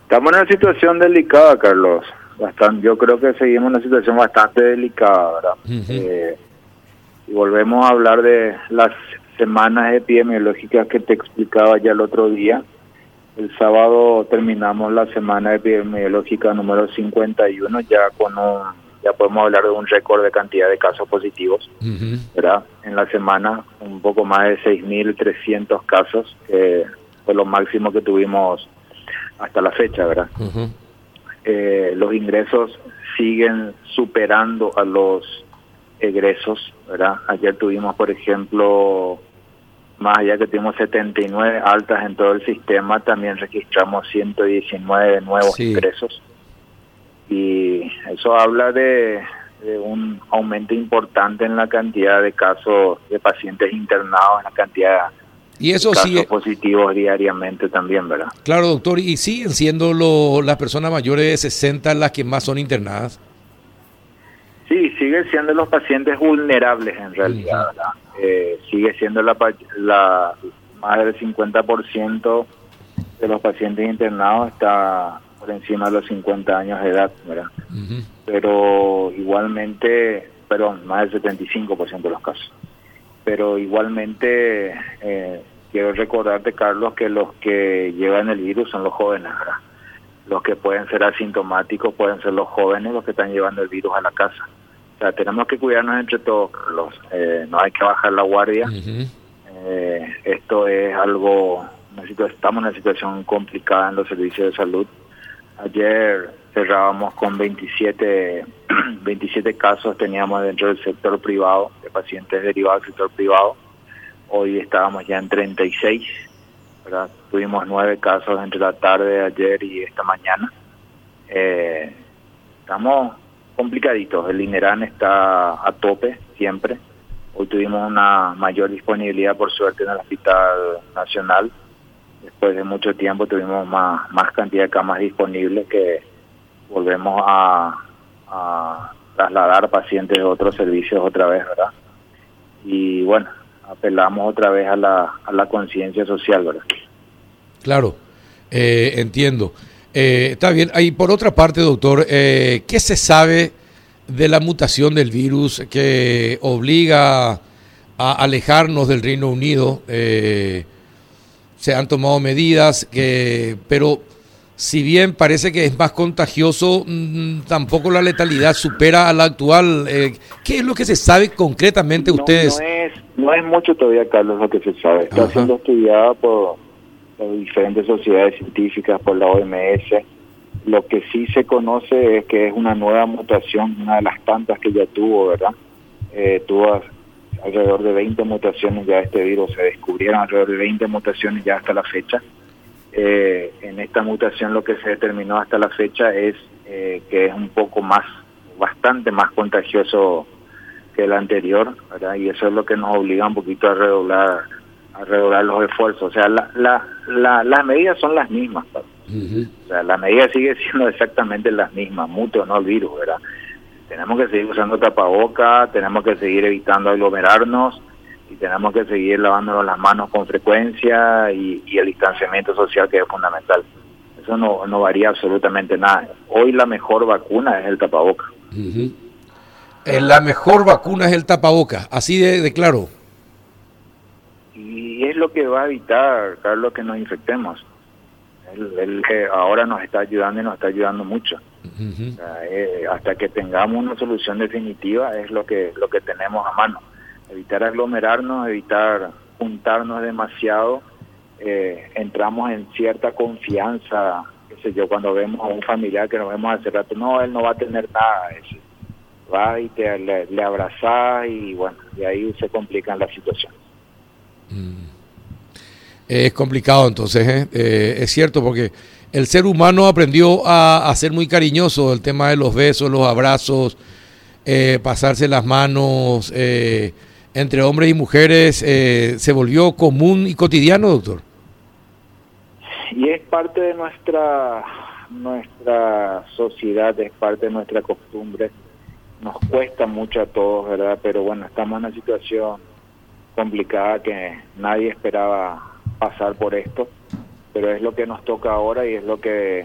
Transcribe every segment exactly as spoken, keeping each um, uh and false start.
Estamos en una situación delicada, Carlos. Bastante, yo creo que seguimos en una situación bastante delicada, ¿verdad? Uh-huh. Eh, y volvemos a hablar de las semanas epidemiológicas que te explicaba ya el otro día. El sábado terminamos la semana epidemiológica número cincuenta y uno, ya con un, ya podemos hablar de un récord de cantidad de casos positivos, uh-huh. ¿verdad? En la semana, un poco más de seis mil trescientos casos, que fue lo máximo que tuvimos hasta la fecha, ¿verdad? Uh-huh. Eh, los ingresos siguen superando a los egresos, ¿verdad? Ayer tuvimos, por ejemplo, más allá que tuvimos setenta y nueve altas en todo el sistema, también registramos ciento diecinueve nuevos sí. ingresos. Y eso habla de, de un aumento importante en la cantidad de casos de pacientes internados, en la cantidad y eso de casos sigue positivos diariamente también, ¿verdad? Claro, doctor, ¿y siguen siendo lo, las personas mayores de sesenta las que más son internadas? Sí, sigue siendo los pacientes vulnerables en realidad, uh-huh. ¿verdad? Eh, sigue siendo la, la más del cincuenta por ciento de los pacientes internados está por encima de los cincuenta años de edad, ¿verdad? Uh-huh. Pero igualmente, perdón, más del setenta y cinco por ciento de los casos. Pero igualmente eh, quiero recordarte, Carlos, que los que llevan el virus son los jóvenes, ¿verdad? Los que pueden ser asintomáticos pueden ser los jóvenes, los que están llevando el virus a la casa. O sea, tenemos que cuidarnos entre todos, Carlos. Eh, no hay que bajar la guardia. Uh-huh. Eh, esto es algo, una situa- estamos en una situación complicada en los servicios de salud. Ayer cerrábamos con veintisiete, veintisiete casos, teníamos dentro del sector privado, de pacientes derivados del sector privado. Hoy estábamos ya en treinta y seis, ¿verdad? Tuvimos nueve casos entre la tarde de ayer y esta mañana. Eh, estamos complicaditos, el INERAN está a tope siempre. Hoy tuvimos una mayor disponibilidad, por suerte, en el Hospital Nacional. Después de mucho tiempo tuvimos más, más cantidad de camas disponibles, que volvemos a, a trasladar pacientes de otros servicios otra vez, ¿verdad? Y bueno, apelamos otra vez a la, a la conciencia social, ¿verdad? Claro, eh, entiendo. Eh, está bien. Y por otra parte, doctor, eh, ¿qué se sabe de la mutación del virus que obliga a alejarnos del Reino Unido? Eh, se han tomado medidas, que, pero si bien parece que es más contagioso, mmm, tampoco la letalidad supera a la actual. Eh, ¿Qué es lo que se sabe concretamente no, ustedes? No es, no es mucho todavía, Carlos, lo que se sabe. Está Ajá. siendo estudiada por, por diferentes sociedades científicas, por la O M S. Lo que sí se conoce es que es una nueva mutación, una de las tantas que ya tuvo, ¿verdad? Eh, tuvo alrededor de veinte mutaciones ya de este virus, se descubrieron alrededor de veinte mutaciones ya hasta la fecha. Eh, en esta mutación lo que se determinó hasta la fecha es eh, que es un poco más, bastante más contagioso que el anterior, ¿verdad? Y eso es lo que nos obliga un poquito a redoblar, a redoblar los esfuerzos. O sea, la, la, la, las medidas son las mismas, uh-huh. O sea, la medida sigue siendo exactamente las mismas, mute o no el virus, ¿verdad? Tenemos que seguir usando tapabocas, tenemos que seguir evitando aglomerarnos y tenemos que seguir lavándonos las manos con frecuencia y, y el distanciamiento social, que es fundamental. Eso no, no varía absolutamente nada. Hoy la mejor vacuna es el tapabocas. Uh-huh. Eh, la mejor vacuna es el tapabocas, así de, de claro. Y es lo que va a evitar, Carlos, que nos infectemos. Él, él eh, ahora nos está ayudando y nos está ayudando mucho. Uh-huh. O sea, eh, hasta que tengamos una solución definitiva es lo que lo que tenemos a mano. Evitar aglomerarnos, evitar juntarnos demasiado. Eh, entramos en cierta confianza, qué sé yo, cuando vemos a un familiar que nos vemos hace rato, no, él no va a tener nada. Es, va y te, le, le abrazás y bueno, y ahí se complican las situaciones. Mm. Es complicado entonces, ¿eh? Eh, es cierto, porque el ser humano aprendió a, a ser muy cariñoso, el tema de los besos, los abrazos, eh, pasarse las manos eh, entre hombres y mujeres, eh, se volvió común y cotidiano, doctor. Y es parte de nuestra nuestra sociedad, es parte de nuestra costumbre. Nos cuesta mucho a todos, ¿verdad? Pero bueno, estamos en una situación complicada que nadie esperaba pasar por esto, pero es lo que nos toca ahora y es lo que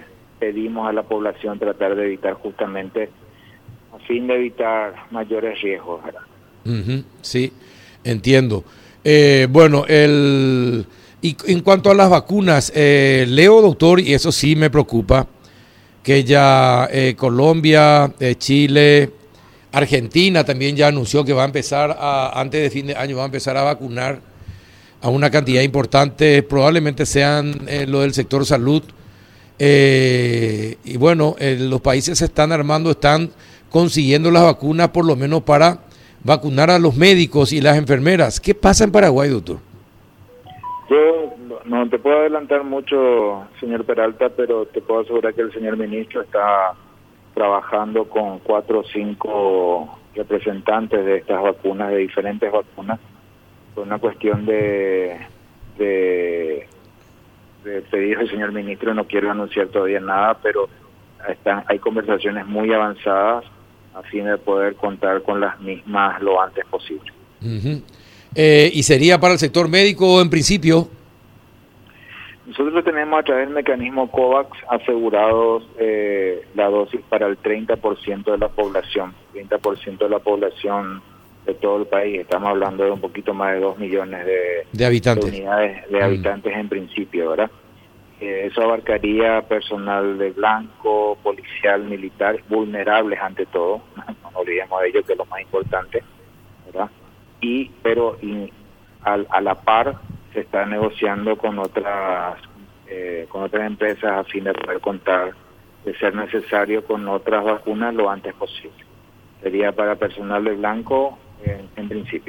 pedimos a la población tratar de evitar justamente a fin de evitar mayores riesgos, ¿verdad? Uh-huh, sí, entiendo. Eh, bueno, el y en cuanto a las vacunas, eh, leo, doctor, y eso sí me preocupa, que ya eh, Colombia, eh, Chile, Argentina también ya anunció que va a empezar, a, antes de fin de año, va a empezar a vacunar a una cantidad importante, probablemente sean eh, lo del sector salud. Eh, y bueno, eh, los países se están armando, están consiguiendo las vacunas, por lo menos para vacunar a los médicos y las enfermeras. ¿Qué pasa en Paraguay, doctor? Yo no te puedo adelantar mucho, señor Peralta, pero te puedo asegurar que el señor ministro está trabajando con cuatro o cinco representantes de estas vacunas, de diferentes vacunas, por una cuestión de, de, de pedido del señor ministro. No quiero anunciar todavía nada, pero están, hay conversaciones muy avanzadas a fin de poder contar con las mismas lo antes posible. Uh-huh. Eh, ¿Y sería para el sector médico en principio? Nosotros tenemos a través del mecanismo COVAX asegurados eh, la dosis para el treinta por ciento de la población, treinta por ciento de la población de todo el país. Estamos hablando de un poquito más de dos millones de, de habitantes, de unidades de habitantes mm. en principio, ¿verdad? Eh, eso abarcaría personal de blanco, policial, militar, vulnerables ante todo, no nos olvidemos de ello, que es lo más importante, ¿verdad? Y, pero y, al, a la par se está negociando con otras eh, con otras empresas a fin de poder contar, de ser necesario, con otras vacunas lo antes posible. Sería para personal de blanco en, en principio.